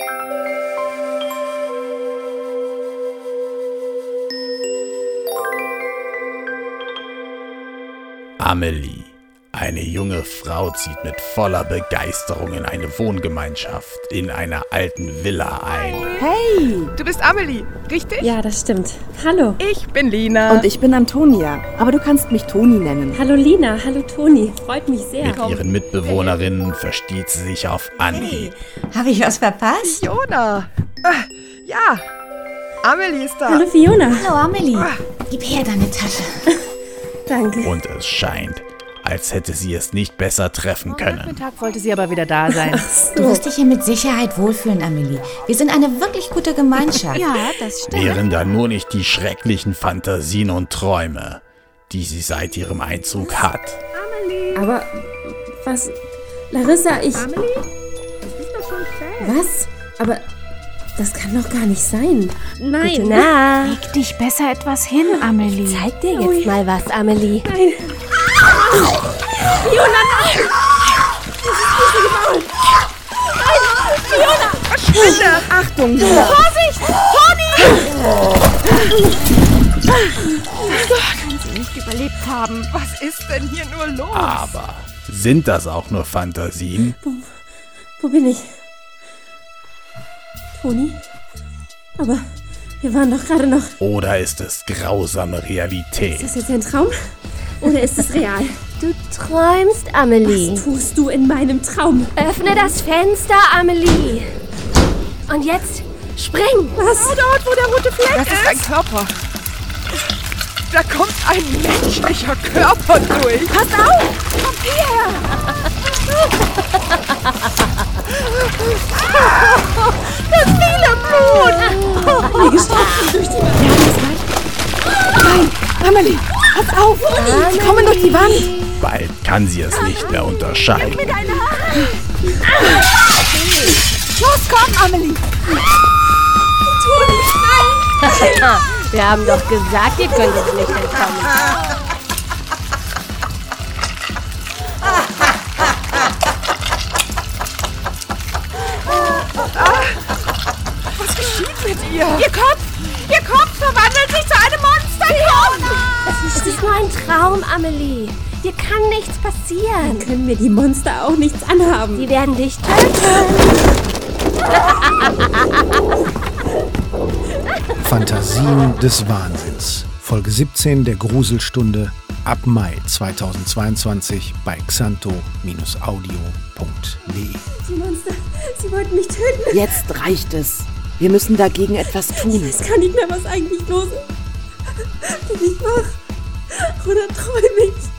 Amelie, eine junge Frau, zieht mit voller Begeisterung in eine Wohngemeinschaft in einer alten Villa ein. Hey, du bist Amelie, richtig? Ja, das stimmt. Hallo. Ich bin Lina. Und ich bin Antonia, aber du kannst mich Toni nennen. Hallo Lina, hallo Toni. Freut mich sehr. Mit ihren Mitbewohnerinnen versteht sie sich auf Anhieb. Habe ich was verpasst? Fiona. Ja, Amelie ist da. Hallo Fiona. Hallo Amelie. Gib her deine Tasche. Danke. Und es scheint, als hätte sie es nicht besser treffen können. Nachmittag wollte sie aber wieder da sein. Du wirst dich hier mit Sicherheit wohlfühlen, Amelie. Wir sind eine wirklich gute Gemeinschaft. Ja, das stimmt. Wären da nur nicht die schrecklichen Fantasien und Träume, die sie seit ihrem Einzug hat. Aber was? Larissa, ich... Amelie? Das ist doch schon fest. Was? Aber das kann doch gar nicht sein. Nein. Gute Nacht. Leg dich besser etwas hin, Amelie. Zeig dir jetzt mal was, Amelie. Nein. Fiona, nein! Nein, Fiona! Verschwinde! Achtung, Vorsicht! Toni! Oh Gott! Kann sie nicht überlebt haben. Was ist denn hier nur los? Aber sind das auch nur Fantasien? Wo bin ich? Toni? Aber wir waren doch gerade noch... Oder ist es grausame Realität? Ist das jetzt ein Traum? Oder ist es real? Du träumst, Amelie. Was tust du in meinem Traum? Öffne das Fenster, Amelie. Und jetzt spring. Was? Dort, wo der rote Fleck ist. Das ist ein Körper. Da kommt ein menschlicher Körper durch. Pass auf! Komm hierher! Das viele Blut! Wir gestochen durch die Wand. Wir haben es gleich. Nein, Amelie, pass auf! Sie kommen durch die Wand. Bald kann sie es nicht mehr unterscheiden. Los, komm, Amelie! Toni, nein! Wir haben doch gesagt, ihr könnt es nicht entkommen. Was geschieht mit ihr? Ihr Kopf verwandelt sich zu einem Monster. Es ist nur ein Traum, Amelie. Dir kann nichts passieren. Dann können mir die Monster auch nichts anhaben. Die werden dich töten. Fantasien des Wahnsinns. Folge 17 der Gruselstunde ab Mai 2022 bei xanto-audio.de. Die Monster, sie wollten mich töten. Jetzt reicht es. Wir müssen dagegen etwas tun. Ich weiß gar nicht mehr, was eigentlich los ist. Bin ich wach? Oder träume ich?